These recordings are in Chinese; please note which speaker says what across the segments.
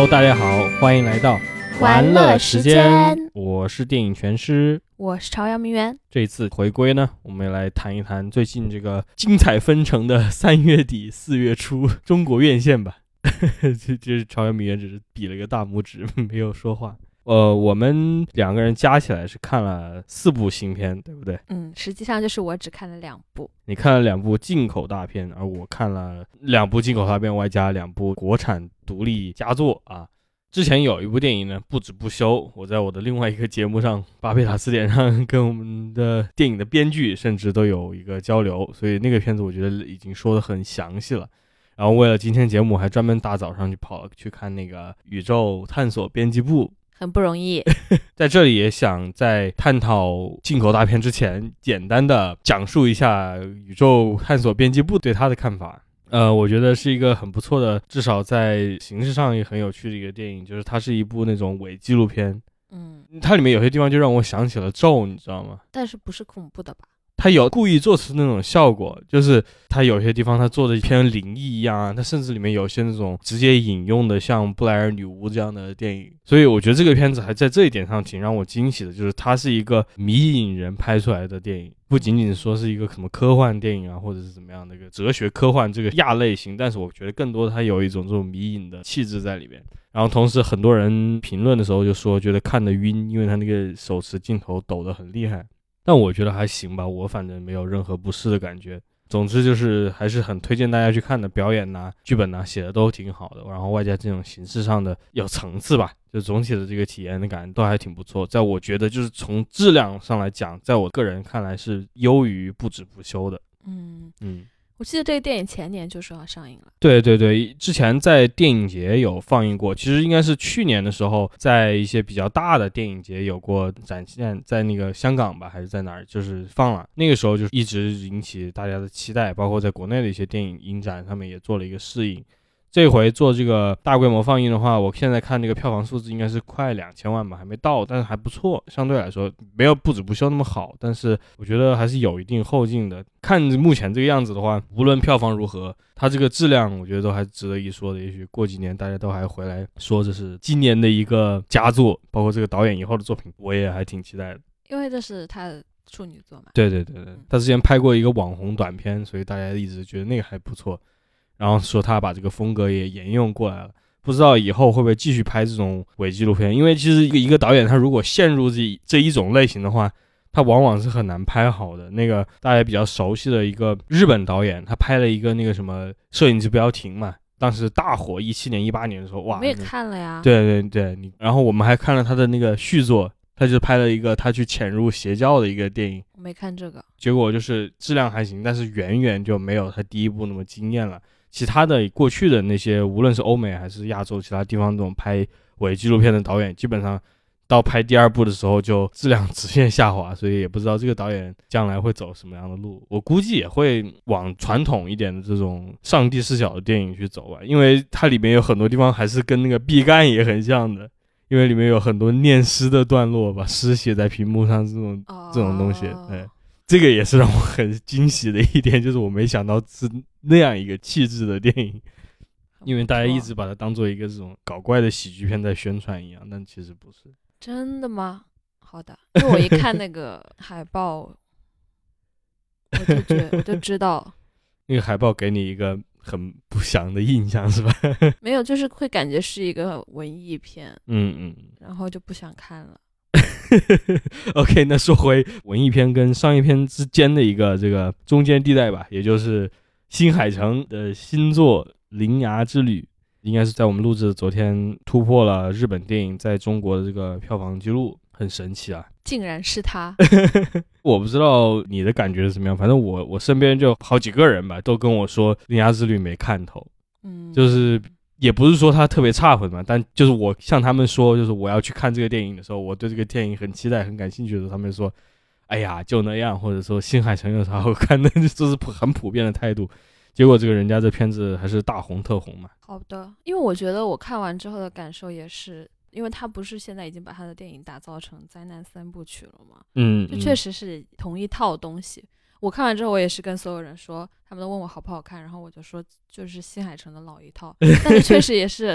Speaker 1: 大家好，欢迎来到
Speaker 2: 玩乐时间，
Speaker 1: 我是电影全师，
Speaker 2: 我是朝阳名媛。
Speaker 1: 这一次回归呢，我们来谈一谈最近这个精彩纷呈的3月底4月初中国院线吧。就是朝阳名媛只是比了个大拇指，没有说话。我们两个人加起来是看了4部新片，对不对？
Speaker 2: 实际上就是我只看了2部。
Speaker 1: 你看了2部进口大片，而我看了2部进口大片，外加2部国产独立佳作啊。之前有一部电影呢，不止不休，我在我的另外一个节目上巴贝塔词典上跟我们的电影的编剧甚至都有一个交流，所以那个片子我觉得已经说得很详细了。然后为了今天节目还专门大早上跑了去看那个宇宙探索编辑部，很
Speaker 2: 不容易。
Speaker 1: 在这里也想在探讨进口大片之前简单的讲述一下宇宙探索编辑部对他的看法。我觉得是一个很不错的，至少在形式上也很有趣的一个电影，就是它是一部那种伪纪录片。它里面有些地方就让我想起了咒，你知道吗？
Speaker 2: 但是不是恐怖的吧？
Speaker 1: 他有故意做出那种效果，就是他有些地方他做的偏灵异一样啊，他甚至里面有些那种直接引用的像布莱尔女巫这样的电影，所以我觉得这个片子还在这一点上挺让我惊喜的，就是它是一个迷影人拍出来的电影，不仅仅说是一个什么科幻电影啊，或者是怎么样的一个哲学科幻这个亚类型，但是我觉得更多它有一种这种迷影的气质在里面。然后同时很多人评论的时候就说觉得看得晕，因为他那个手持镜头抖得很厉害。但我觉得还行吧，我反正没有任何不适的感觉。总之就是还是很推荐大家去看的，表演啊剧本啊写的都挺好的，然后外加这种形式上的有层次吧，就总体的这个体验的感都还挺不错。在我觉得就是从质量上来讲，在我个人看来是优于不止不休的。
Speaker 2: 我记得这个电影前年就说要上映了。
Speaker 1: 对对对，之前在电影节有放映过，其实应该是去年的时候在一些比较大的电影节有过展现，在那个香港吧还是在哪儿就是放了，那个时候就一直引起大家的期待，包括在国内的一些电影影展上面也做了一个适应。这回做这个大规模放映的话，我现在看这个票房数字应该是快2000万吧，还没到，但是还不错，相对来说没有不止不休那么好，但是我觉得还是有一定后劲的。看目前这个样子的话，无论票房如何，它这个质量我觉得都还值得一说的，也许过几年大家都还回来说这是今年的一个佳作，包括这个导演以后的作品我也还挺期待的，
Speaker 2: 因为这是他的处女作嘛。
Speaker 1: 对对对对，他之前拍过一个网红短片，所以大家一直觉得那个还不错，然后说他把这个风格也沿用过来了，不知道以后会不会继续拍这种伪纪录片。因为其实一个导演他如果陷入这一种类型的话，他往往是很难拍好的。那个大家比较熟悉的一个日本导演，他拍了一个那个什么摄影机不要停嘛，当时大火17年18年的时候，哇，
Speaker 2: 我们也看了呀。
Speaker 1: 对对对，然后我们还看了他的那个续作，他就拍了一个他去潜入邪教的一个电影，
Speaker 2: 我没看这个，
Speaker 1: 结果就是质量还行，但是远远就没有他第一部那么惊艳了。其他的过去的那些无论是欧美还是亚洲其他地方这种拍伪纪录片的导演，基本上到拍第2部的时候就质量直线下滑，所以也不知道这个导演将来会走什么样的路。我估计也会往传统一点的这种上帝视角的电影去走吧，因为它里面有很多地方还是跟那个毕赣也很像的，因为里面有很多念诗的段落，把诗写在屏幕上这种东西。对，这个也是让我很惊喜的一点，就是我没想到是那样一个气质的电影，因为大家一直把它当做一个这种搞怪的喜剧片在宣传一样，但其实不是。
Speaker 2: 真的吗？好的，因为我一看那个海报我就知道
Speaker 1: 那个海报给你一个很不祥的印象是吧？
Speaker 2: 没有，就是会感觉是一个文艺片，然后就不想看了。
Speaker 1: OK， 那说回文艺片跟商业片之间的一个这个中间地带吧，也就是新海诚的新作《铃芽之旅》，应该是在我们录制的昨天突破了日本电影在中国的这个票房记录，很神奇啊！
Speaker 2: 竟然是他。
Speaker 1: 我不知道你的感觉是怎么样，反正我身边就好几个人吧，都跟我说《铃芽之旅》没看头，就是也不是说他特别差分嘛，但就是我向他们说，就是我要去看这个电影的时候，我对这个电影很期待很感兴趣的时候，他们说哎呀就那样，或者说新海诚有啥好看的，这是很普遍的态度。结果这个人家这片子还是大红特红嘛。
Speaker 2: 好的，因为我觉得我看完之后的感受也是，因为他不是现在已经把他的电影打造成灾难3部曲了吗？就确实是同一套东西。我看完之后我也是跟所有人说，他们都问我好不好看，然后我就说就是新海诚的老一套，但是确实也是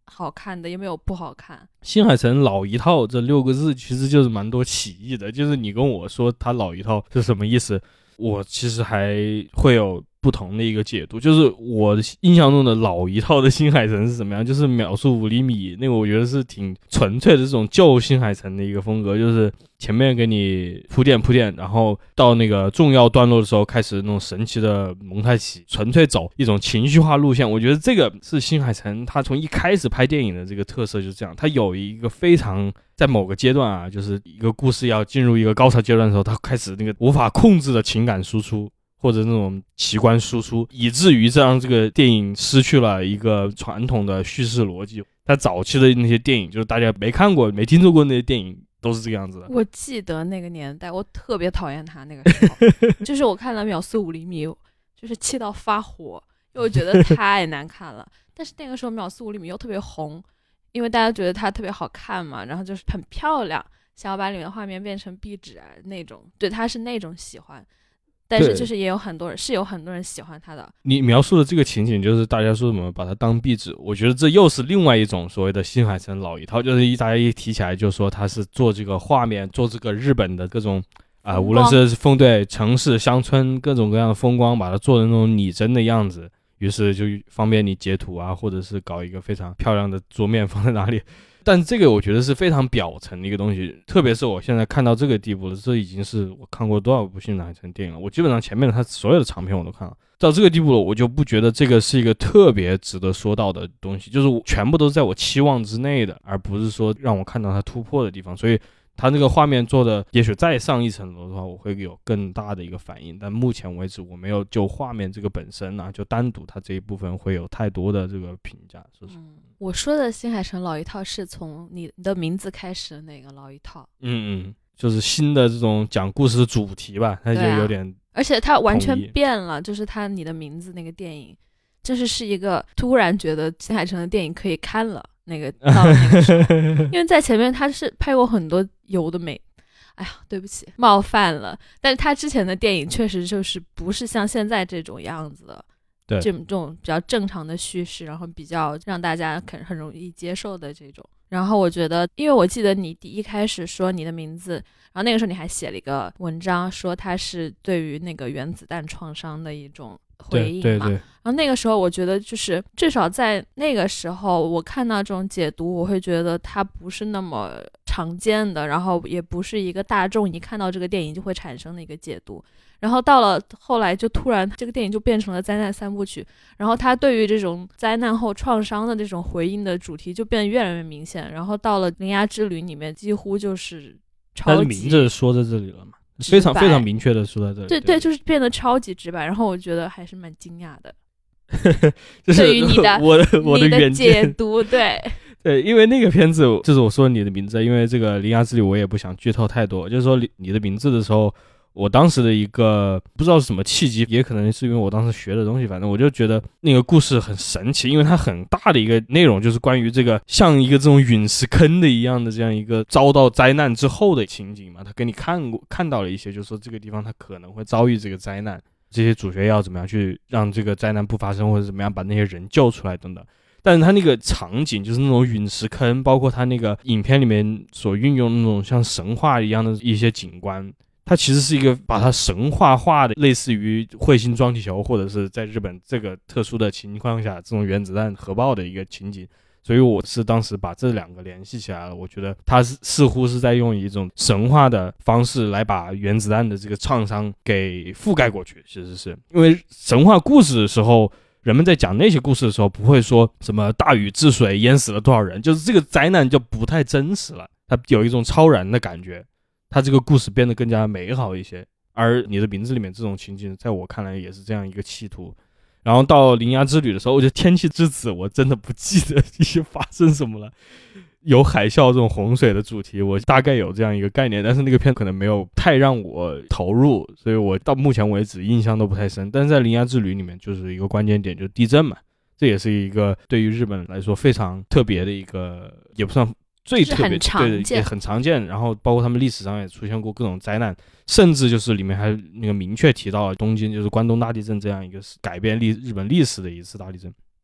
Speaker 2: 好看的，也没有不好看。
Speaker 1: 新海诚老一套这6个字其实就是蛮多歧义的，就是你跟我说他老一套是什么意思，我其实还会有不同的一个解读。就是我印象中的老一套的新海诚是什么样，就是秒速5厘米那个，我觉得是挺纯粹的这种旧新海诚的一个风格，就是前面给你铺垫，然后到那个重要段落的时候开始那种神奇的蒙太奇，纯粹走一种情绪化路线。我觉得这个是新海诚他从一开始拍电影的这个特色，就是这样。他有一个非常在某个阶段啊，就是一个故事要进入一个高潮阶段的时候，他开始那个无法控制的情感输出或者那种奇观输出，以至于这让这个电影失去了一个传统的叙事逻辑。他早期的那些电影，就是大家没看过没听说过那些电影都是这个样子的。
Speaker 2: 我记得那个年代我特别讨厌他那个时候就是我看了秒速5厘米就是气到发火，因为我觉得太难看了但是那个时候秒速5厘米又特别红，因为大家觉得它特别好看嘛，然后就是很漂亮，想要把里面的画面变成壁纸啊那种，对他是那种喜欢。但是就是也有很多人喜欢他的。你
Speaker 1: 描述的这个情景就是大家说什么把它当壁纸，我觉得这又是另外一种所谓的新海诚老一套，就是大家一提起来就说他是做这个画面，做这个日本的各种无论是对城市乡村各种各样的风光，把它做的那种拟真的样子，于是就方便你截图啊，或者是搞一个非常漂亮的桌面放在哪里。但这个我觉得是非常表层的一个东西，特别是我现在看到这个地步了，这已经是我看过多少部新海诚电影了，我基本上前面的他所有的长片我都看了，到这个地步了，我就不觉得这个是一个特别值得说到的东西，就是全部都是在我期望之内的，而不是说让我看到他突破的地方。所以他那个画面做的也许再上一层楼的话，我会有更大的一个反应，但目前为止我没有就画面这个本身啊，就单独他这一部分会有太多的这个评价，说实话。
Speaker 2: 我说的新海诚老一套是从你的名字开始的那个老一套，
Speaker 1: 就是新的这种讲故事的主题吧，它就有点、
Speaker 2: 而且它完全变了，就是它你的名字那个电影，就是一个突然觉得新海诚的电影可以看了那个到那个时候因为在前面他是拍过很多油的美，哎呀对不起冒犯了，但是他之前的电影确实就是不是像现在这种样子的，
Speaker 1: 对
Speaker 2: 这种比较正常的叙事，然后比较让大家很容易接受的这种。然后我觉得，因为我记得你一开始说你的名字，然后那个时候你还写了一个文章，说它是对于那个原子弹创伤的一种回应嘛。
Speaker 1: 对。
Speaker 2: 然后那个时候我觉得，就是至少在那个时候，我看到这种解读，我会觉得它不是那么常见的，然后也不是一个大众一看到这个电影就会产生的一个解读。然后到了后来就突然这个电影就变成了灾难3部曲，然后他对于这种灾难后创伤的这种回应的主题就变得越来越明显，然后到了铃芽之旅里面几乎就是超级，
Speaker 1: 但是名字说在这里了嘛，非常非常明确的说在这里，
Speaker 2: 对，就是变得超级直白，然后我觉得还是蛮惊讶的
Speaker 1: 就是
Speaker 2: 对于你的
Speaker 1: 我的
Speaker 2: 解读对，
Speaker 1: 因为那个片子就是我说你的名字，因为这个铃芽之旅我也不想剧透太多，就是说你的名字的时候，我当时的一个不知道是什么契机，也可能是因为我当时学的东西，反正我就觉得那个故事很神奇，因为它很大的一个内容就是关于这个像一个这种陨石坑的一样的这样一个遭到灾难之后的情景嘛，他给你看到了一些，就是说这个地方他可能会遭遇这个灾难，这些主角要怎么样去让这个灾难不发生，或者怎么样把那些人救出来等等。但是他那个场景就是那种陨石坑，包括他那个影片里面所运用的那种像神话一样的一些景观，它其实是一个把它神话化的，类似于彗星撞地球，或者是在日本这个特殊的情况下这种原子弹核爆的一个情景。所以我是当时把这两个联系起来了，我觉得它似乎是在用一种神话的方式来把原子弹的这个创伤给覆盖过去。其实是因为神话故事的时候，人们在讲那些故事的时候不会说什么大禹治水淹死了多少人，就是这个灾难就不太真实了，它有一种超然的感觉，它这个故事变得更加美好一些。而你的名字里面这种情景在我看来也是这样一个企图。然后到铃芽之旅的时候，我觉得天气之子我真的不记得一些发生什么了，有海啸这种洪水的主题我大概有这样一个概念，但是那个片可能没有太让我投入，所以我到目前为止印象都不太深。但是在铃芽之旅里面就是一个关键点，就是地震嘛，这也是一个对于日本来说非常特别的一个，也不算最特别，对，也很常见。然后包括他们历史上也出现过各种灾难，甚至就是里面还那个明确提到了东京就是关东大地震这样一个改变日本历史的一次大地震。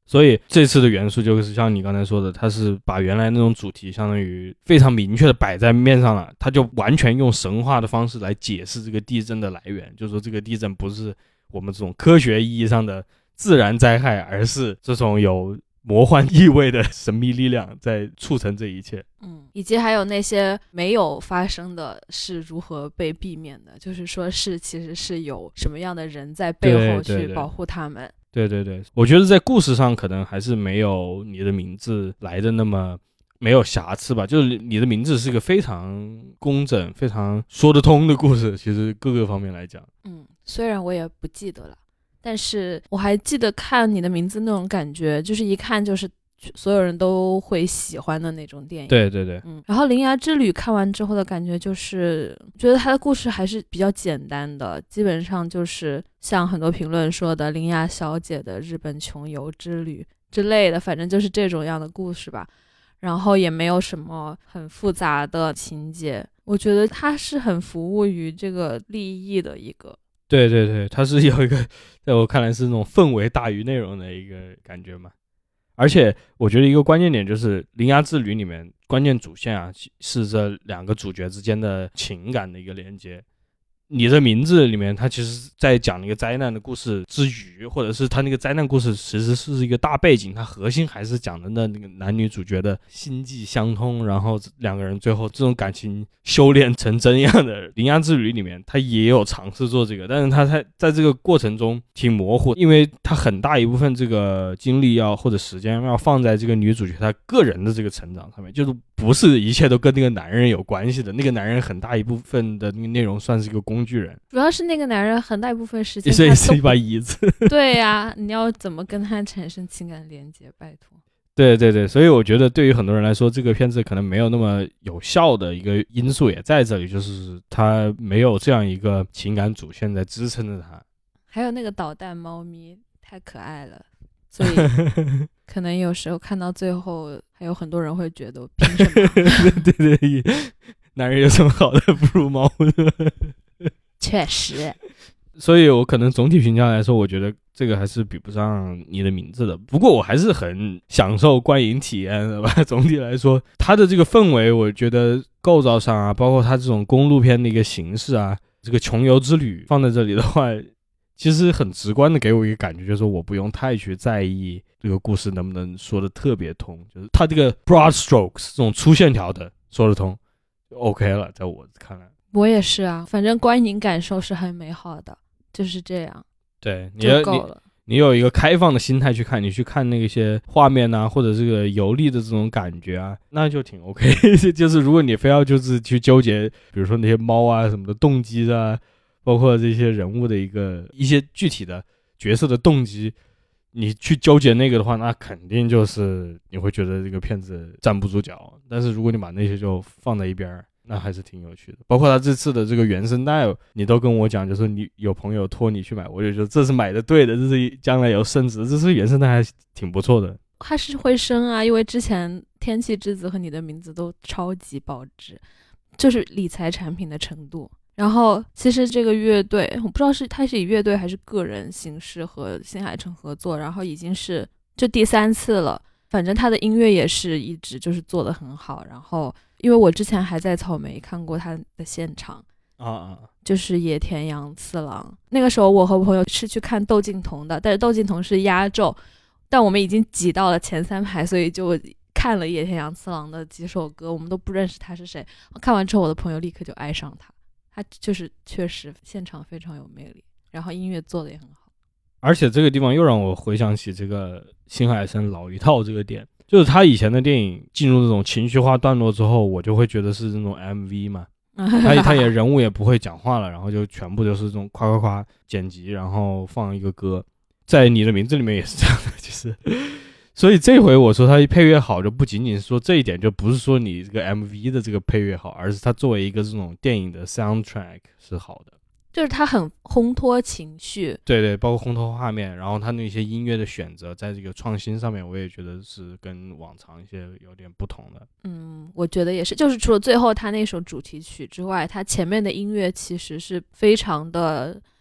Speaker 1: 所以这次的元素就是像你刚才说的，它是把原来那种主题相当于非常明确的摆在面上了，它就完全用神话的方式来解释这个地震的来源，就是说这个地震不是我们这种科学意义上的自然灾害，而是这种有魔幻意味的神秘力量在促成这一切。
Speaker 2: 以及还有那些没有发生的是如何被避免的，就是说是其实是有什么样的人在背后去保护他们。
Speaker 1: 对对对，我觉得在故事上可能还是没有你的名字来的那么没有瑕疵吧，就是你的名字是个非常工整非常说得通的故事，其实各个方面来讲。
Speaker 2: 虽然我也不记得了，但是我还记得看你的名字那种感觉，就是一看就是所有人都会喜欢的那种电影。
Speaker 1: 对对对，
Speaker 2: 然后《铃芽之旅》看完之后的感觉就是觉得它的故事还是比较简单的，基本上就是像很多评论说的铃芽小姐的日本穷游之旅之类的，反正就是这种样的故事吧。然后也没有什么很复杂的情节，我觉得它是很服务于这个立意的一个。
Speaker 1: 对对对，它是有一个在我看来是那种氛围大于内容的一个感觉嘛。而且我觉得一个关键点就是《铃芽之旅》里面关键主线啊是这两个主角之间的情感的一个连接。你的名字里面它其实在讲一个灾难的故事之余，或者是它那个灾难故事其实是一个大背景，它核心还是讲的那个男女主角的心迹相通，然后两个人最后这种感情修炼成真一样的。铃芽之旅里面它也有尝试做这个，但是它在这个过程中挺模糊，因为它很大一部分这个精力或者时间要放在这个女主角她个人的这个成长上面，就是不是一切都跟那个男人有关系的，那个男人很大一部分的那个内容算是一个工具人，
Speaker 2: 主要是那个男人很大一部分时间
Speaker 1: 也是一把椅子。
Speaker 2: 对呀，你要怎么跟他产生情感连接，拜托。
Speaker 1: 对对对，所以我觉得对于很多人来说，这个片子可能没有那么有效的一个因素也在这里，就是他没有这样一个情感主线在支撑着他。还
Speaker 2: 有那个导弹猫咪太可爱了，所以可能有时候看到最后还有很多人会觉得凭什么
Speaker 1: 对对，男人有什么好的不如猫
Speaker 2: 确实。
Speaker 1: 所以我可能总体评价来说，我觉得这个还是比不上你的名字的，不过我还是很享受观影体验的吧。总体来说它的这个氛围我觉得构造上啊，包括它这种公路片的一个形式啊，这个穷游之旅放在这里的话，其实很直观的给我一个感觉，就是我不用太去在意这个故事能不能说的特别通，就是它这个 broad strokes 这种粗线条的说得通就 OK 了，在我看来。
Speaker 2: 我也是啊，反正观影感受是很美好的，就是这样。
Speaker 1: 对，
Speaker 2: 就够了。
Speaker 1: 你有一个开放的心态去看，你去看那些画面啊，或者这个游历的这种感觉啊，那就挺 OK 就是如果你非要就是去纠结比如说那些猫啊什么的动机啊，包括这些人物的一些具体的角色的动机，你去纠结那个的话，那肯定就是你会觉得这个片子站不住脚。但是如果你把那些就放在一边，那还是挺有趣的。包括他这次的这个原声带，你都跟我讲，就是你有朋友托你去买，我就觉得这是买的对的，这是将来有升值，这是原声带还挺不错的。
Speaker 2: 它是会升啊，因为之前天气之子和你的名字都超级保值，就是理财产品的程度。然后其实这个乐队我不知道他是以乐队还是个人形式和新海诚合作，然后已经是就第3次了，反正他的音乐也是一直就是做得很好。然后因为我之前还在草莓看过他的现场就是野田洋次郎，那个时候我和朋友是去看窦靖童的，但是窦靖童是压轴，但我们已经挤到了前3排，所以就看了野田洋次郎的几首歌，我们都不认识他是谁。看完之后我的朋友立刻就爱上他就是确实现场非常有魅力，然后音乐做得也很好。
Speaker 1: 而且这个地方又让我回想起这个新海诚老一套这个点，就是他以前的电影进入这种情绪化段落之后，我就会觉得是那种 MV 嘛，他也人物也不会讲话了，然后就全部就是这种夸夸夸剪辑，然后放一个歌。在你的名字里面也是这样的，就是所以这回我说他配乐好，就不仅仅是说这一点，就不是说你这个 MV 的这个配乐好，而是他作为一个这种电影的 soundtrack 是好的，
Speaker 2: 就是他很烘托情绪。
Speaker 1: 对对，包括烘托画面，然后他那些音乐的选择在这个创新上面，我也觉得是跟往常一些有点不同的。
Speaker 2: 我觉得也是，就是除了最后他那首主题曲之外，他前面的音乐其实是非常的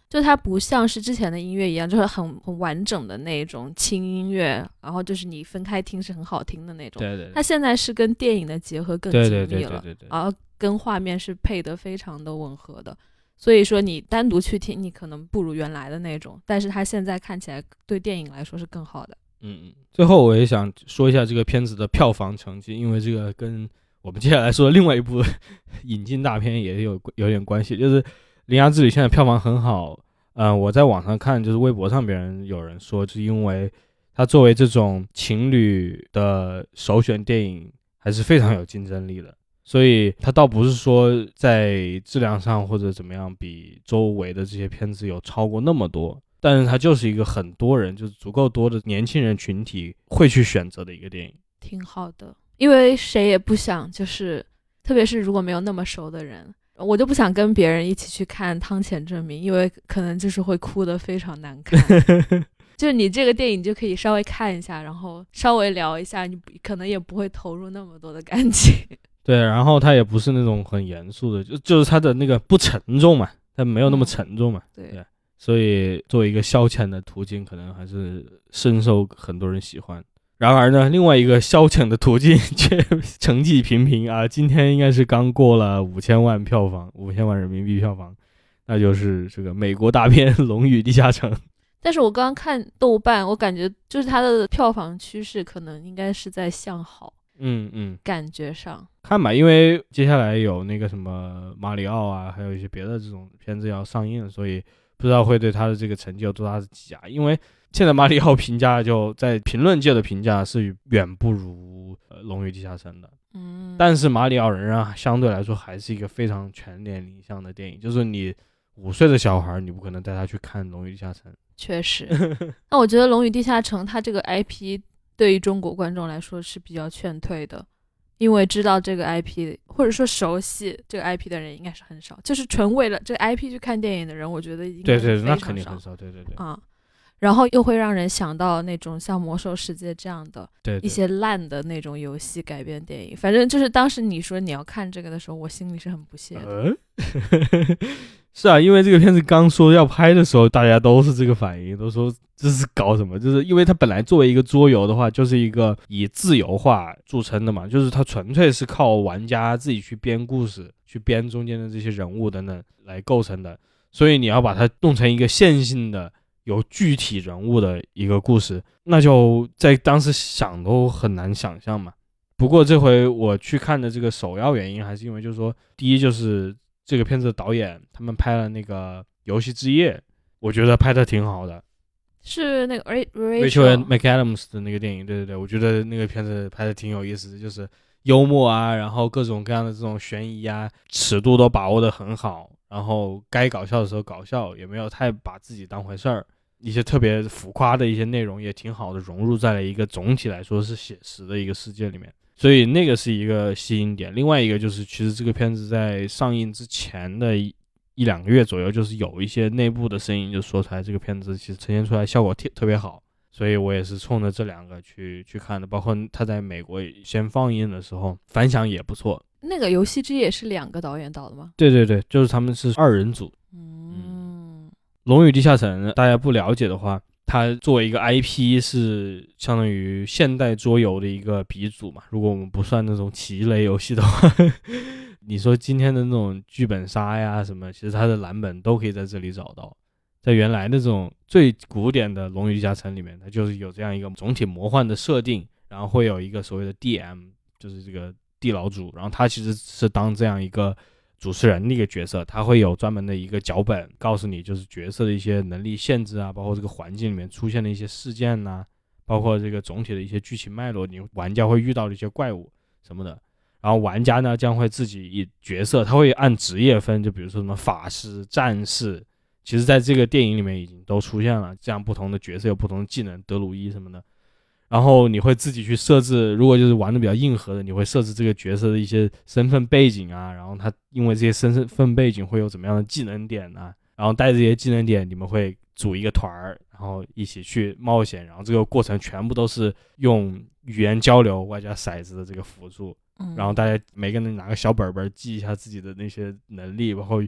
Speaker 2: 就它不像是之前的音乐一样，就是很完整的那种轻音乐，然后就是你分开听是很好听的那种。
Speaker 1: 对对对，
Speaker 2: 它现在是跟电影的结合更紧密了，
Speaker 1: 对对对对对，
Speaker 2: 然后跟画面是配得非常的吻合的。所以说你单独去听，你可能不如原来的那种，但是它现在看起来对电影来说是更好的。
Speaker 1: 最后我也想说一下这个片子的票房成绩，因为这个跟我们接下来说的另外一部引进大片也有点关系，就是《铃芽之旅》现在票房很好。我在网上看，就是微博上有人说，就是因为它作为这种情侣的首选电影还是非常有竞争力的，所以它倒不是说在质量上或者怎么样比周围的这些片子有超过那么多，但是它就是一个很多人，就是足够多的年轻人群体会去选择的一个电影。
Speaker 2: 挺好的，因为谁也不想，就是特别是如果没有那么熟的人，我就不想跟别人一起去看《汤浅证明》，因为可能就是会哭得非常难看。就你这个电影就可以稍微看一下，然后稍微聊一下，你可能也不会投入那么多的感情。
Speaker 1: 对，然后它也不是那种很严肃的，就是它的那个不沉重嘛，它没有那么沉重嘛。对，所以作为一个消遣的途径，可能还是深受很多人喜欢。然而呢，另外一个消遣的途径却成绩平平啊！今天应该是刚过了5000万票房，5000万人民币票房，那就是这个美国大片《龙与地下城》。
Speaker 2: 但是我刚刚看豆瓣，我感觉就是它的票房趋势可能应该是在向好。感觉上
Speaker 1: 看吧，因为接下来有那个什么马里奥啊，还有一些别的这种片子要上映，所以不知道会对他的这个成绩有多大的挤压。因为现在马里奥评价就在评论界的评价是远不如龙与地下城的。但是马里奥仍然相对来说还是一个非常全年龄向的电影，就是你5岁的小孩你不可能带他去看龙与地下城。
Speaker 2: 确实。那我觉得龙与地下城它这个 IP对于中国观众来说是比较劝退的，因为知道这个 IP 或者说熟悉这个 IP 的人应该是很少，就是纯为了这个 IP 去看电影的人，我觉得应该是非常少。
Speaker 1: 对，那肯定很少。对
Speaker 2: 然后又会让人想到那种像魔兽世界这样的一些烂的那种游戏改编电影。反正就是当时你说你要看这个的时候，我心里是很不屑的。
Speaker 1: 是啊，因为这个片子刚说要拍的时候，大家都是这个反应，都说这是搞什么？就是因为它本来作为一个桌游的话，就是一个以自由化著称的嘛，就是它纯粹是靠玩家自己去编故事，去编中间的这些人物等等来构成的，所以你要把它弄成一个线性的有具体人物的一个故事，那就在当时想都很难想象嘛。不过这回我去看的这个首要原因还是因为就是说，第一就是这个片子的导演他们拍了那个游戏之夜，我觉得拍的挺好的，
Speaker 2: 是那个
Speaker 1: Rachel McAdams 的那个电影。对，我觉得那个片子拍的挺有意思的，就是幽默啊，然后各种各样的这种悬疑啊，尺度都把握的很好，然后该搞笑的时候搞笑，也没有太把自己当回事儿，一些特别浮夸的一些内容也挺好的融入在了一个总体来说是写实的一个世界里面，所以那个是一个吸引点。另外一个就是其实这个片子在上映之前的一两个月左右，就是有一些内部的声音就说出来这个片子其实呈现出来效果特别好，所以我也是冲着这两个去看的。包括他在美国先放映的时候反响也不错。
Speaker 2: 那个游戏之夜是2个导演导的吗？
Speaker 1: 对，就是他们是2人组。龙与地下城大家不了解的话，它作为一个 IP 是相当于现代桌游的一个鼻祖嘛，如果我们不算那种棋类游戏的话你说今天的那种剧本杀呀什么，其实它的蓝本都可以在这里找到。在原来的这种最古典的龙与地下城里面，它就是有这样一个总体魔幻的设定，然后会有一个所谓的 DM， 就是这个地牢主，然后他其实是当这样一个主持人的一个角色，他会有专门的一个脚本告诉你就是角色的一些能力限制啊，包括这个环境里面出现的一些事件啊，包括这个总体的一些剧情脉络，你玩家会遇到的一些怪物什么的。然后玩家呢将会自己以角色，他会按职业分，就比如说什么法师、战士，其实在这个电影里面已经都出现了，这样不同的角色有不同的技能，德鲁伊什么的。然后你会自己去设置，如果就是玩的比较硬核的，你会设置这个角色的一些身份背景啊，然后他因为这些身份背景会有怎么样的技能点啊，然后带着这些技能点你们会组一个团儿，然后一起去冒险，然后这个过程全部都是用语言交流外加骰子的这个辅助，然后大家每个人拿个小本本记一下自己的那些能力，包括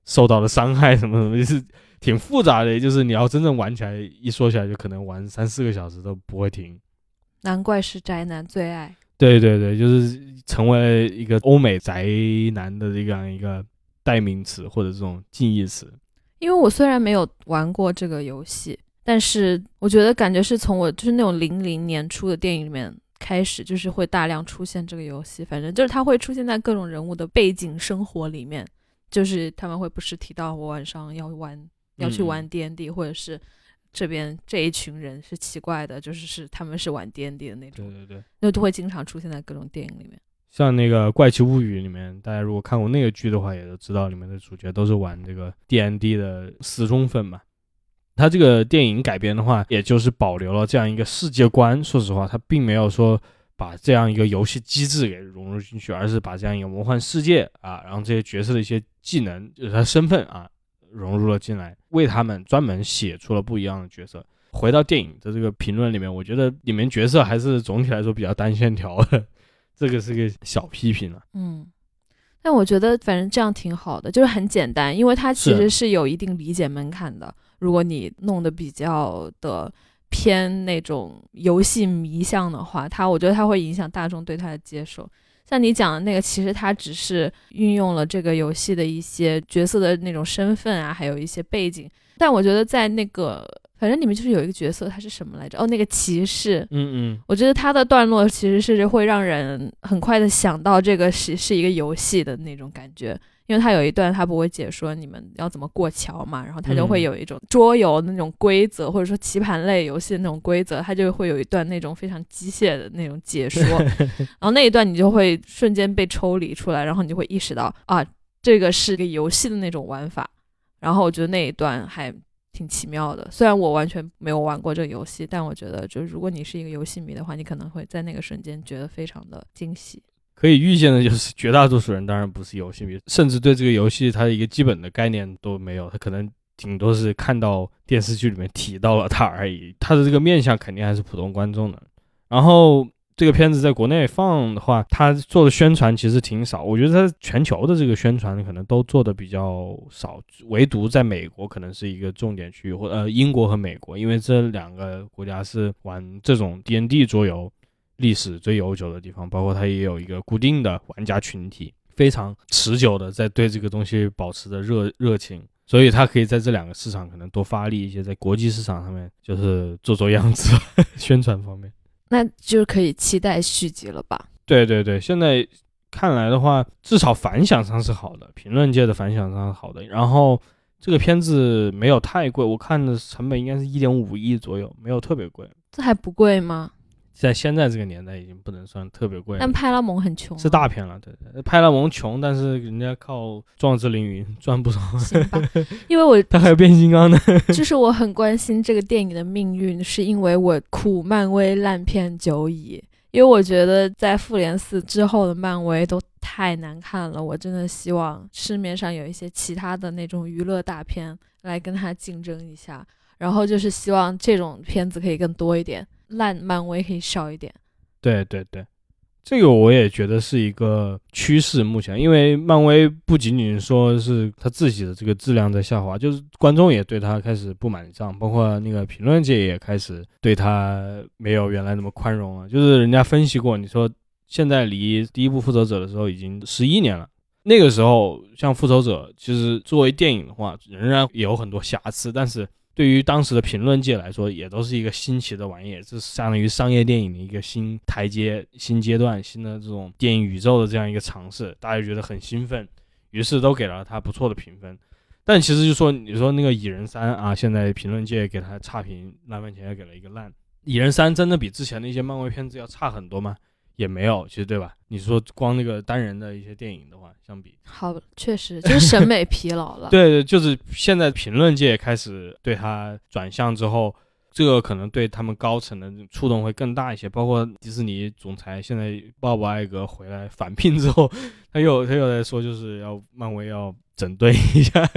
Speaker 1: 受到的伤害什么什么，就是挺复杂的，就是你要真正玩起来，一说起来就可能玩3-4个小时都不会停。
Speaker 2: 难怪是宅男最爱。
Speaker 1: 对对对，就是成为一个欧美宅男的这样一个代名词或者这种近义词。
Speaker 2: 因为我虽然没有玩过这个游戏，但是我觉得感觉是从我就是那种00年出的电影里面开始，就是会大量出现这个游戏。反正就是它会出现在各种人物的背景生活里面，就是他们会不时提到我晚上要去玩 D&D， 或者是这边这一群人是奇怪的，就是他们是玩 D&D 的那种。
Speaker 1: 对对对，
Speaker 2: 那都会经常出现在各种电影里面。
Speaker 1: 像那个《怪奇物语》里面，大家如果看过那个剧的话，也都知道里面的主角都是玩这个 D&D 的死忠粉嘛。他这个电影改编的话，也就是保留了这样一个世界观。说实话，他并没有说把这样一个游戏机制给融入进去，而是把这样一个魔幻世界啊，然后这些角色的一些技能，就是他身份啊，融入了进来，为他们专门写出了不一样的角色。回到电影的这个评论里面，我觉得里面角色还是总体来说比较单线条的，这个是个小批评了。
Speaker 2: 但我觉得反正这样挺好的，就是很简单，因为它其实是有一定理解门槛的。如果你弄得比较的偏那种游戏迷向的话，我觉得它会影响大众对它的接受。像你讲的那个，其实它只是运用了这个游戏的一些角色的那种身份啊，还有一些背景。但我觉得在那个反正里面就是有一个角色，他是什么来着？那个骑士。我觉得他的段落其实是会让人很快的想到这个是一个游戏的那种感觉。因为他有一段他不会解说你们要怎么过桥嘛，然后他就会有一种桌游的那种规则，或者说棋盘类游戏的那种规则，他就会有一段那种非常机械的那种解说然后那一段你就会瞬间被抽离出来，然后你就会意识到啊，这个是个游戏的那种玩法。然后我觉得那一段还挺奇妙的，虽然我完全没有玩过这个游戏，但我觉得就是如果你是一个游戏迷的话，你可能会在那个瞬间觉得非常的惊喜。
Speaker 1: 可以预见的就是绝大多数人当然不是游戏迷，甚至对这个游戏它的一个基本的概念都没有，他可能顶多是看到电视剧里面提到了它而已，他的这个面向肯定还是普通观众的。然后这个片子在国内放的话，他做的宣传其实挺少，我觉得他全球的这个宣传可能都做的比较少，唯独在美国可能是一个重点区域，或英国和美国，因为这两个国家是玩这种 D&D 桌游历史最悠久的地方，包括它也有一个固定的玩家群体，非常持久的在对这个东西保持着热情，所以它可以在这两个市场可能多发力一些，在国际市场上面就是做样子宣传方面。
Speaker 2: 那就可以期待续集了吧？
Speaker 1: 对对对，现在看来的话，至少反响上是好的，评论界的反响上是好的。然后这个片子没有太贵，我看的成本应该是1.5亿左右，没有特别贵。
Speaker 2: 这还不贵吗？
Speaker 1: 在现在这个年代已经不能算特别贵了。
Speaker 2: 但派拉蒙很穷
Speaker 1: 是大片了，对对，派拉蒙穷，但是人家靠壮志凌云赚不少。
Speaker 2: 行吧，因为
Speaker 1: 他还有变形金刚呢。
Speaker 2: 就是我很关心这个电影的命运，是因为我苦漫威烂片久矣。因为我觉得在复联4之后的漫威都太难看了，我真的希望市面上有一些其他的那种娱乐大片来跟它竞争一下，然后就是希望这种片子可以更多一点，烂漫威可以少一点。
Speaker 1: 对对对，这个我也觉得是一个趋势。目前因为漫威不仅仅说是他自己的这个质量在下滑，就是观众也对他开始不满账，包括那个评论界也开始对他没有原来那么宽容了。就是人家分析过，你说现在离第一部复仇者的时候已经11年了，那个时候像复仇者其实作为电影的话仍然也有很多瑕疵，但是对于当时的评论界来说也都是一个新奇的玩意，这是相当于商业电影的一个新台阶、新阶段、新的这种电影宇宙的这样一个尝试，大家觉得很兴奋，于是都给了他不错的评分。但其实就说你说那个蚁人3啊，现在评论界给他差评，烂番茄给了一个烂。蚁人3真的比之前的一些漫威片子要差很多吗？也没有，其实对吧？你说光那个单人的一些电影的话相比，
Speaker 2: 好，确实就是审美疲劳了。
Speaker 1: 对对，就是现在评论界开始对他转向之后，这个可能对他们高层的触动会更大一些。包括迪士尼总裁现在鲍勃艾格回来返聘之后，他又在说就是要漫威要整顿一下。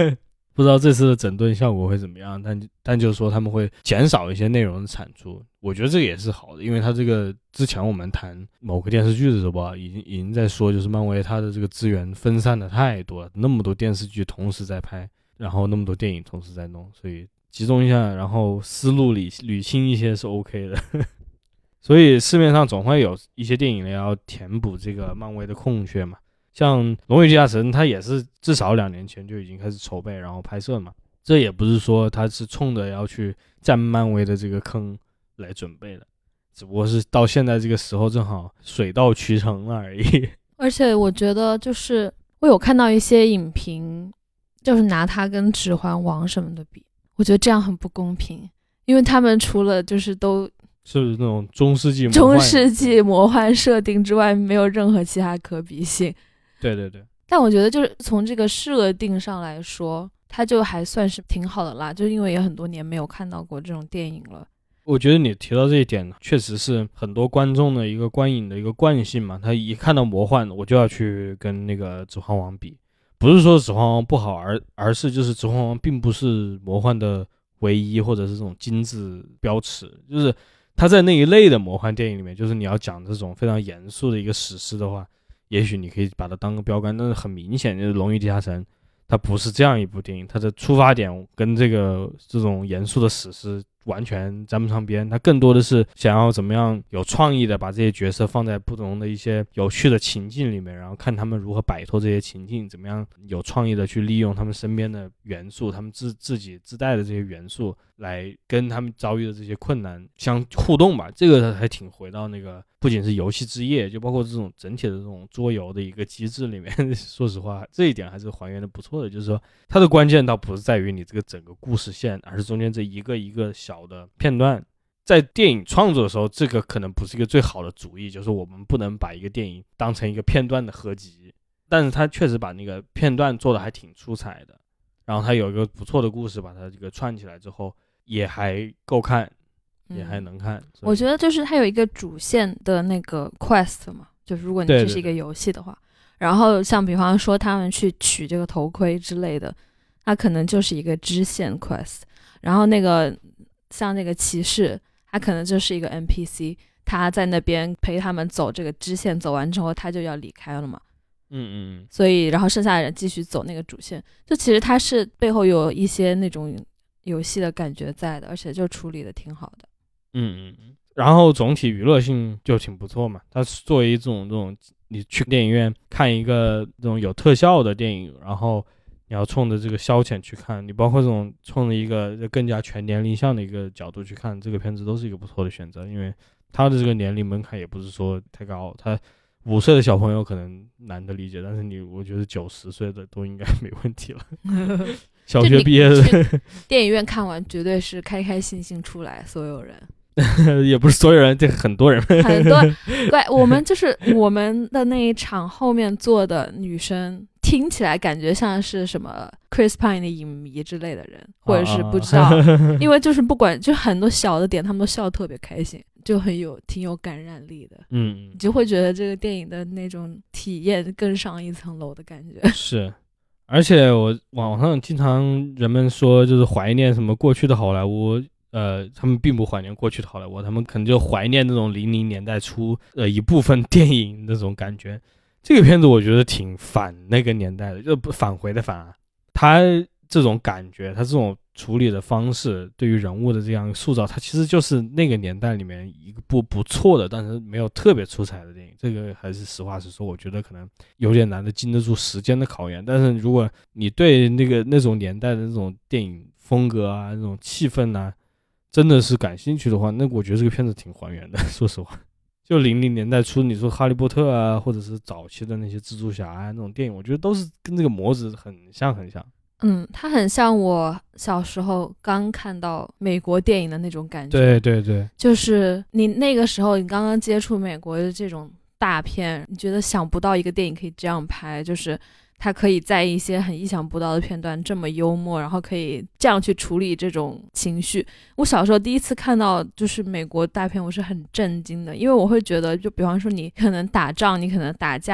Speaker 1: 不知道这次的整顿效果会怎么样，但就是说他们会减少一些内容的产出，我觉得这个也是好的，因为他这个之前我们谈某个电视剧的时候吧，已经在说，就是漫威它的这个资源分散的太多了，那么多电视剧同时在拍，然后那么多电影同时在弄，所以集中一下，然后思路捋清一些是 OK 的。所以市面上总会有一些电影要填补这个漫威的空缺嘛。像《龙与地下城》它也是至少2年前就已经开始筹备然后拍摄嘛，这也不是说它是冲着要去占漫威的这个坑来准备的，只不过是到现在这个时候正好水到渠成了而已。
Speaker 2: 而且我觉得就是我有看到一些影评就是拿它跟《指环王》什么的比，我觉得这样很不公平，因为他们除了就是都
Speaker 1: 是不是那种中世纪
Speaker 2: 魔幻设定之外没有任何其他可比性。
Speaker 1: 对对对，
Speaker 2: 但我觉得就是从这个设定上来说它就还算是挺好的啦，就因为也很多年没有看到过这种电影了。
Speaker 1: 我觉得你提到这一点确实是很多观众的一个观影的一个惯性嘛，他一看到魔幻我就要去跟那个指环王比，不是说指环王不好，而是就是指环王并不是魔幻的唯一或者是这种金字标尺，就是他在那一类的魔幻电影里面，就是你要讲这种非常严肃的一个史诗的话，也许你可以把它当个标杆，但是很明显就是《龙与地下城》它不是这样一部电影，它的出发点跟这种严肃的史诗完全沾不上边，它更多的是想要怎么样有创意的把这些角色放在不同的一些有趣的情境里面，然后看他们如何摆脱这些情境，怎么样有创意的去利用他们身边的元素，他们自己自带的这些元素来跟他们遭遇的这些困难相互动吧。这个还挺回到那个不仅是游戏之夜，就包括这种整体的这种桌游的一个机制里面说实话这一点还是还原的不错的，就是说它的关键倒不是在于你这个整个故事线，而是中间这一个一个小的片段。在电影创作的时候，这个可能不是一个最好的主意，就是我们不能把一个电影当成一个片段的合集，但是他确实把那个片段做的还挺出彩的，然后他有一个不错的故事把它这个串起来之后也还够看，也还能看。
Speaker 2: 我觉得就是它有一个主线的那个 quest 嘛，就是如果你这是一个游戏的话，对对对，然后像比方说他们去取这个头盔之类的，它可能就是一个支线 quest， 然后那个像那个骑士他可能就是一个 NPC， 他在那边陪他们走这个支线，走完之后他就要离开了嘛。所以然后剩下的人继续走那个主线，就其实他是背后有一些那种游戏的感觉在的，而且就处理的挺好的。
Speaker 1: 然后总体娱乐性就挺不错嘛，它作为这种你去电影院看一个这种有特效的电影，然后你要冲着这个消遣去看，你包括这种冲着一个更加全年龄向的一个角度去看，这个片子都是一个不错的选择，因为它的这个年龄门槛也不是说太高，它5岁的小朋友可能难得理解，但是我觉得90岁的都应该没问题了。小学毕业的
Speaker 2: 电影院看完绝对是开开心心出来，所有人
Speaker 1: 也不是所有人，这很多人
Speaker 2: 很多对，我们就是我们的那一场后面坐的女生听起来感觉像是什么 Chris Pine 的影迷之类的人，或者是不知道因为就是不管就很多小的点他们都笑得特别开心，就挺有感染力的。你就会觉得这个电影的那种体验更上一层楼的感觉。
Speaker 1: 是，而且我网上经常人们说就是怀念什么过去的好莱坞，他们并不怀念过去的好莱坞，他们可能就怀念那种00年代初一部分电影那种感觉。这个片子我觉得挺反那个年代的，就不返回的反啊，他这种感觉，他这种处理的方式，对于人物的这样塑造，它其实就是那个年代里面一部不错的但是没有特别出彩的电影。这个还是实话实说，我觉得可能有点难的经得住时间的考验，但是如果你对那种年代的那种电影风格啊，那种气氛啊真的是感兴趣的话，那我觉得这个片子挺还原的。说实话，就00年代初你说哈利波特啊，或者是早期的那些蜘蛛侠啊那种电影，我觉得都是跟这个模子很像。
Speaker 2: 它很像我小时候刚看到美国电影的那种感觉。
Speaker 1: 对对对，
Speaker 2: 就是你那个时候你刚刚接触美国的这种大片，你觉得想不到一个电影可以这样拍，就是它可以在一些很意想不到的片段这么幽默，然后可以这样去处理这种情绪。我小时候第一次看到就是美国大片，我是很震惊的，因为我会觉得就比方说你可能打仗，你可能打架，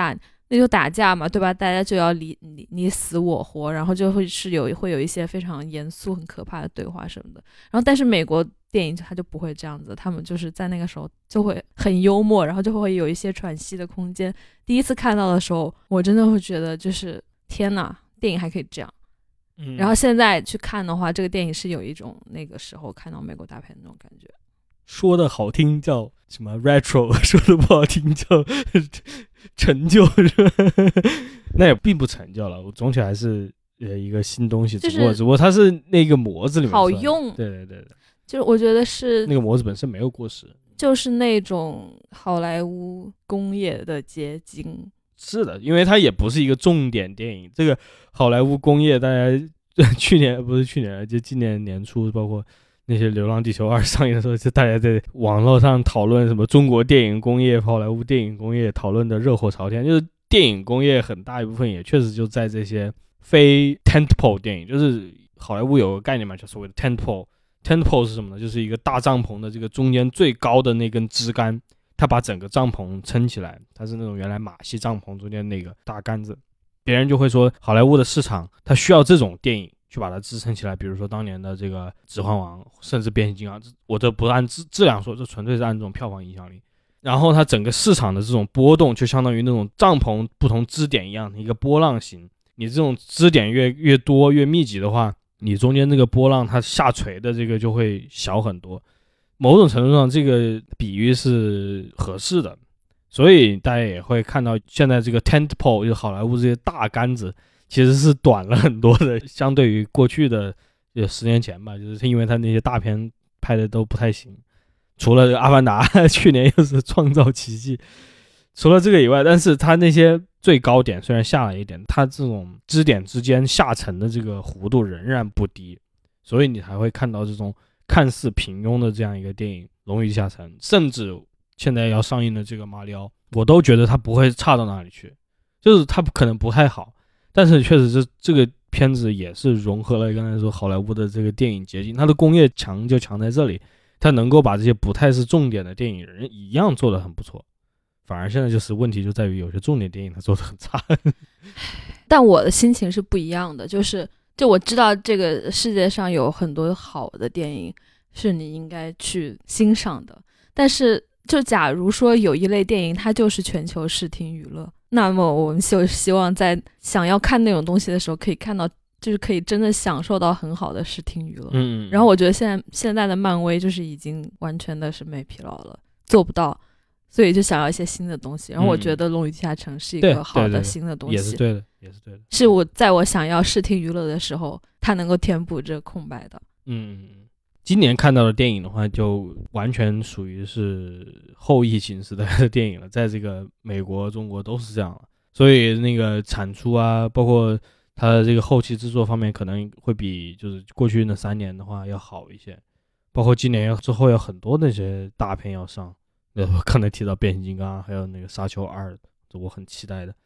Speaker 2: 那就打架嘛，对吧？大家就要你死我活，然后就会有一些非常严肃很可怕的对话什么的。然后但是美国电影它就不会这样子，他们就是在那个时候就会很幽默，然后就会有一些喘息的空间。第一次看到的时候，我真的会觉得就是天哪，电影还可以这样。然后现在去看的话，这个电影是有一种那个时候看到美国大片的那种感觉。
Speaker 1: 说的好听叫什么 retro， 说的不好听叫陈旧，是吧？那也并不陈旧了，我总体还是一个新东西，只不过它是那个模子里面
Speaker 2: 好用。
Speaker 1: 对，
Speaker 2: 就是我觉得是
Speaker 1: 那个模子本身没有过时，
Speaker 2: 就是那种好莱坞工业的结晶。
Speaker 1: 是的，因为它也不是一个重点电影。这个好莱坞工业，大家就今年年初，包括那些《流浪地球2》上映的时候，就大家在网络上讨论什么中国电影工业、好莱坞电影工业，讨论的热火朝天。就是电影工业很大一部分也确实就在这些非 tentpole 电影，就是好莱坞有个概念嘛，叫所谓的 tentpole。tentpole 是什么呢？就是一个大帐篷的这个中间最高的那根支杆，它把整个帐篷撑起来，它是那种原来马戏帐篷中间那个大杆子。别人就会说好莱坞的市场它需要这种电影去把它支撑起来，比如说当年的这个指环王，甚至变形金刚，我这不按质量说，这纯粹是按这种票房影响力。然后它整个市场的这种波动就相当于那种帐篷不同支点一样的一个波浪形，你这种支点越多越密集的话，你中间这个波浪它下垂的这个就会小很多。某种程度上这个比喻是合适的，所以大家也会看到现在这个 tentpole 就是好莱坞这些大杆子其实是短了很多的，相对于过去的10年前吧，就是因为他那些大片拍的都不太行，除了阿凡达去年又是创造奇迹，除了这个以外，但是他那些最高点虽然下来一点，它这种支点之间下沉的这个弧度仍然不低，所以你才会看到这种看似平庸的这样一个电影《龙与地下城》，甚至现在要上映的这个马里奥，我都觉得它不会差到哪里去，就是它可能不太好，但是确实这个片子也是融合了刚才说好莱坞的这个电影结晶，它的工业强就强在这里，它能够把这些不太是重点的电影人一样做得很不错，反而现在就是问题就在于有些重点电影它做得很差。
Speaker 2: 但我的心情是不一样的，就我知道这个世界上有很多好的电影是你应该去欣赏的，但是就假如说有一类电影它就是全球视听娱乐，那么我们就希望在想要看那种东西的时候可以看到，就是可以真的享受到很好的视听娱乐。然后我觉得现在的漫威就是已经完全的审美疲劳了，做不到，所以就想要一些新的东西。然后我觉得《龙与地下城》是一个好的新的东西，
Speaker 1: 也是对的。
Speaker 2: 是我在我想要视听娱乐的时候，它能够填补这个空白的。
Speaker 1: 今年看到的电影的话，就完全属于是后疫情时代的电影了，在这个美国、中国都是这样了，所以那个产出啊，包括它的这个后期制作方面，可能会比就是过去那3年的话要好一些。包括今年之后有很多那些大片要上，我刚才提到变形金刚，还有那个沙丘2，这我很期待的。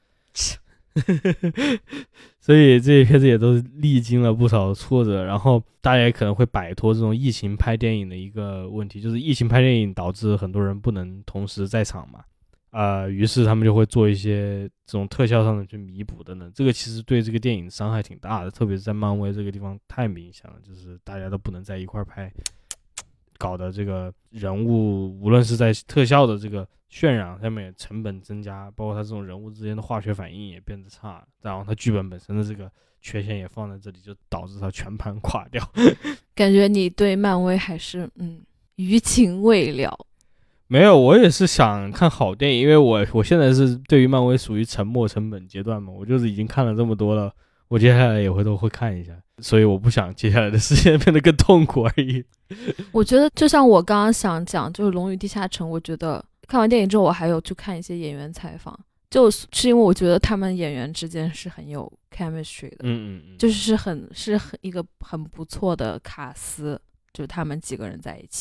Speaker 1: 所以这些片子也都历经了不少挫折，然后大家也可能会摆脱这种疫情拍电影的一个问题，就是疫情拍电影导致很多人不能同时在场嘛，于是他们就会做一些这种特效上的去弥补等等，这个其实对这个电影伤害挺大的，特别是在漫威这个地方太明显了，就是大家都不能在一块拍，搞的这个人物无论是在特效的这个渲染上面成本增加，包括它这种人物之间的化学反应也变得差，然后它剧本本身的这个缺陷也放在这里，就导致它全盘垮掉。
Speaker 2: 感觉你对漫威还是余情未了。
Speaker 1: 没有，我也是想看好电影，因为我现在是对于漫威属于沉没成本阶段嘛，我就是已经看了这么多了，我接下来也都会看一下，所以我不想接下来的时间变得更痛苦而已。
Speaker 2: 我觉得就像我刚刚想讲，就是《龙与地下城》，我觉得看完电影之后我还有去看一些演员采访，就是因为我觉得他们演员之间是很有 chemistry 的，就是一个很不错的卡司，就是他们几个人在一起。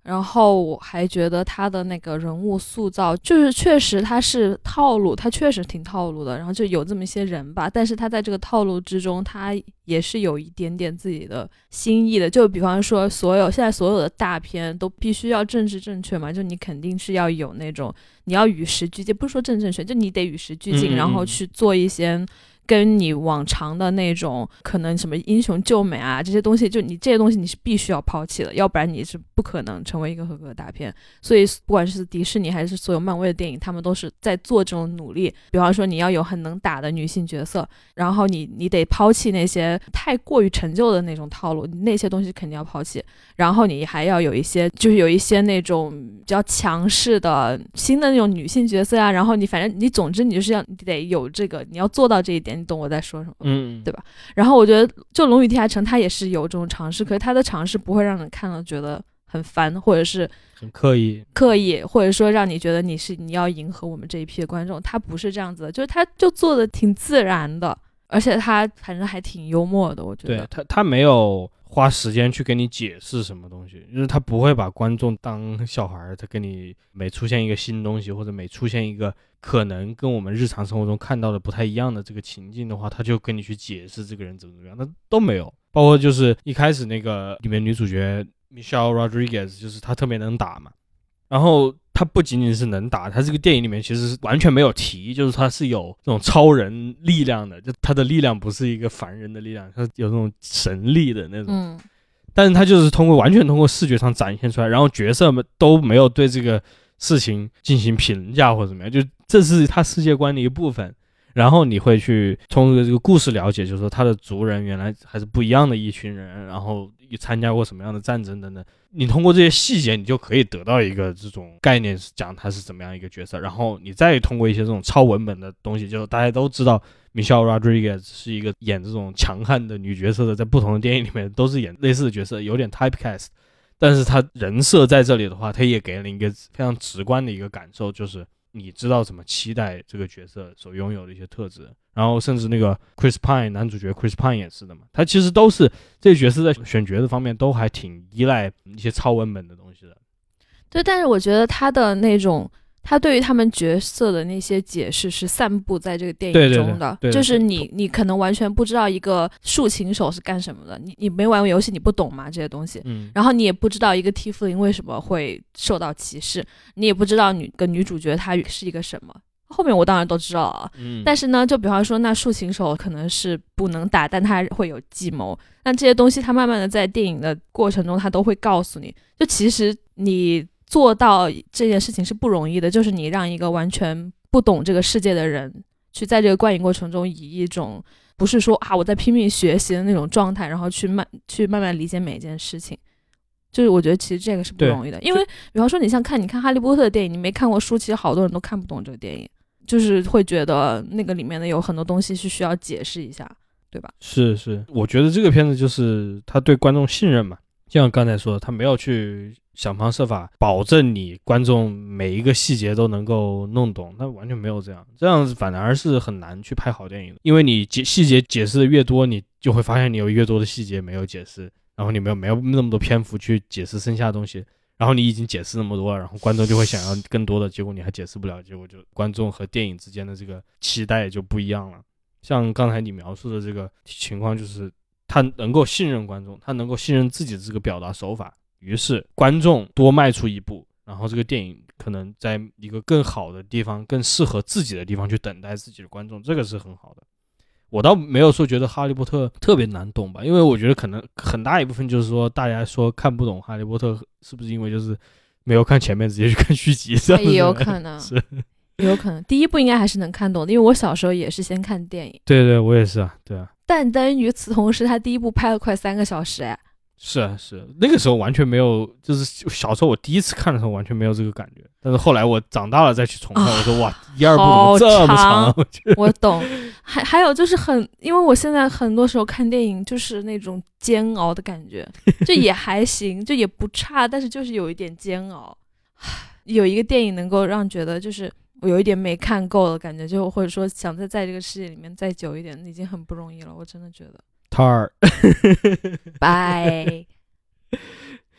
Speaker 2: 然后我还觉得他的那个人物塑造，就是确实他是套路，他确实挺套路的，然后就有这么一些人吧，但是他在这个套路之中，他也是有一点点自己的心意的。就比方说现在所有的大片都必须要政治正确嘛，就你肯定是要有那种你要与时俱进，不是说正确，就你得与时俱进，然后去做一些跟你往常的那种可能什么英雄救美啊这些东西，就你这些东西你是必须要抛弃的，要不然你是不可能成为一个合格的大片。所以不管是迪士尼还是所有漫威的电影，他们都是在做这种努力。比方说你要有很能打的女性角色，然后你得抛弃那些太过于陈旧的那种套路，那些东西肯定要抛弃，然后你还要有一些那种比较强势的新的那种女性角色啊，然后你反正你总之你就是你得有这个，你要做到这一点，你懂我在说什么，对吧？然后我觉得就《龙与地下城》它也是有这种尝试，可是它的尝试不会让人看了觉得很烦，或者是
Speaker 1: 很刻意，
Speaker 2: 或者说让你觉得你要迎合我们这一批的观众，它不是这样子的，就是它就做的挺自然的，而且它反正还挺幽默的，我觉得。
Speaker 1: 对，他没有花时间去跟你解释什么东西，就是他不会把观众当小孩，他跟你每出现一个新东西，或者每出现一个可能跟我们日常生活中看到的不太一样的这个情境的话，他就跟你去解释这个人怎么样，那都没有。包括就是一开始那个里面女主角 Michelle Rodriguez， 就是她特别能打嘛，然后她不仅仅是能打，她这个电影里面其实是完全没有提，就是她是有这种超人力量的，就她的力量不是一个凡人的力量，她有那种神力的那种。但是她就是完全通过视觉上展现出来，然后角色们都没有对这个事情进行评价或者怎么样，就这是她世界观的一部分。然后你会去从这个故事了解，就是说他的族人原来还是不一样的一群人，然后参加过什么样的战争等等。你通过这些细节，你就可以得到一个这种概念，讲他是怎么样一个角色。然后你再通过一些这种超文本的东西，就是大家都知道 Michelle Rodriguez 是一个演这种强悍的女角色的，在不同的电影里面都是演类似的角色，有点 typecast。但是他人设在这里的话，他也给了一个非常直观的一个感受，就是你知道怎么期待这个角色所拥有的一些特质。然后甚至那个 Chris Pine 男主角 Chris Pine 也是的嘛，他其实都是这些角色在选角的方面都还挺依赖一些超文本的东西的。
Speaker 2: 对，但是我觉得他的那种他对于他们角色的那些解释是散布在这个电影中的，
Speaker 1: 对，
Speaker 2: 就是你可能完全不知道一个竖琴手是干什么的，你没玩过游戏你不懂嘛这些东西，然后你也不知道一个蒂芙林为什么会受到歧视，你也不知道女主角她是一个什么，后面我当然都知道了，但是呢就比方说那竖琴手可能是不能打，但他会有计谋，那这些东西他慢慢的在电影的过程中他都会告诉你，就其实你做到这件事情是不容易的，就是你让一个完全不懂这个世界的人去在这个观影过程中以一种不是说我在拼命学习的那种状态，然后去慢慢理解每一件事情，就是我觉得其实这个是不容易的。因为比方说你看哈利波特的电影，你没看过书，其实好多人都看不懂这个电影，就是会觉得那个里面的有很多东西是需要解释一下，对吧？
Speaker 1: 是，我觉得这个片子就是他对观众信任嘛，就像刚才说的，他没有去想方设法保证你观众每一个细节都能够弄懂，他完全没有这样反而是很难去拍好电影的，因为你细节解释的越多，你就会发现你有越多的细节没有解释，然后你没有那么多篇幅去解释剩下的东西，然后你已经解释那么多了，然后观众就会想要更多的，结果你还解释不了，结果就观众和电影之间的这个期待就不一样了。像刚才你描述的这个情况，就是他能够信任观众，他能够信任自己的这个表达手法，于是观众多迈出一步，然后这个电影可能在一个更好的地方，更适合自己的地方去等待自己的观众，这个是很好的。我倒没有说觉得哈利波特特别难懂吧，因为我觉得可能很大一部分就是说大家说看不懂哈利波特是不是因为就是没有看前面直接去看续集，这样
Speaker 2: 也有可能是有可能第一部应该还是能看懂的，因为我小时候也是先看电影。
Speaker 1: 对，我也是啊，对啊。
Speaker 2: 但与此同时他第一部拍了快3个小时哎。
Speaker 1: 是那个时候完全没有，就是小时候我第一次看的时候完全没有这个感觉，但是后来我长大了再去重看，我说哇，一二部怎么这么长？
Speaker 2: 我懂。还有就是因为我现在很多时候看电影就是那种煎熬的感觉，就也还行，就也不差，但是就是有一点煎熬。有一个电影能够让觉得就是我有一点没看够的感觉，就或者说想在这个世界里面再久一点，已经很不容易了，我真的觉得。
Speaker 1: Tar
Speaker 2: 拜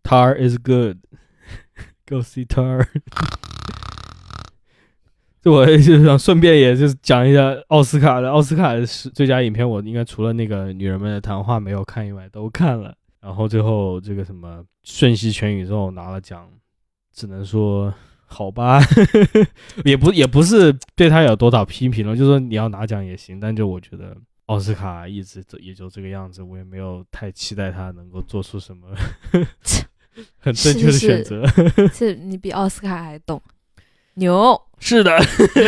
Speaker 1: Tar is good Go see Tar 这我就想顺便也就是讲一下奥斯卡的最佳影片，我应该除了那个女人们的谈话没有看以外都看了，然后最后这个什么瞬息全宇宙拿了奖，只能说好吧也不是对他有多少批评了，就是说你要拿奖也行，但就我觉得奥斯卡一直也就这个样子，我也没有太期待他能够做出什么很正确的选择。
Speaker 2: 是你比奥斯卡还懂，牛。
Speaker 1: 是的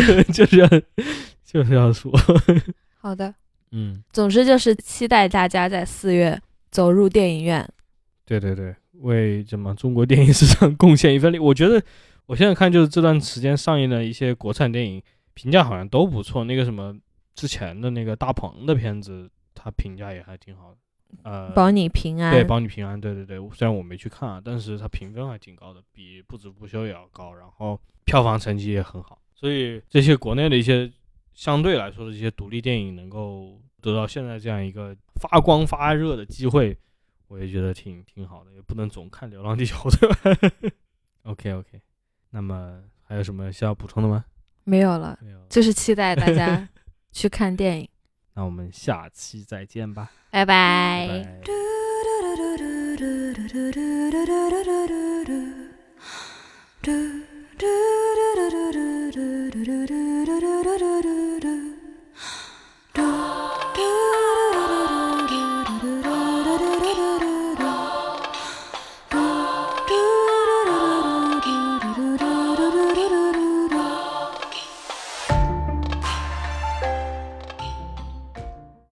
Speaker 1: 就是要说
Speaker 2: 好的，总之就是期待大家在4月走入电影院。
Speaker 1: 对对对，为什么中国电影市场贡献一份力。我觉得我现在看就是这段时间上映的一些国产电影评价好像都不错，那个什么之前的那个大鹏的片子他评价也还挺好的，
Speaker 2: 保你平安。
Speaker 1: 对，保你平安，对对对，虽然我没去看啊，但是它评分还挺高的，比不止不休也要高，然后票房成绩也很好，所以这些国内的一些相对来说的这些独立电影能够得到现在这样一个发光发热的机会，我也觉得挺好的，也不能总看《流浪地球》对吧？OK， 那么还有什么需要补充的吗？
Speaker 2: 没有了，就是期待大家去看电影。
Speaker 1: 那我们下期再见吧，
Speaker 2: 拜拜。拜拜。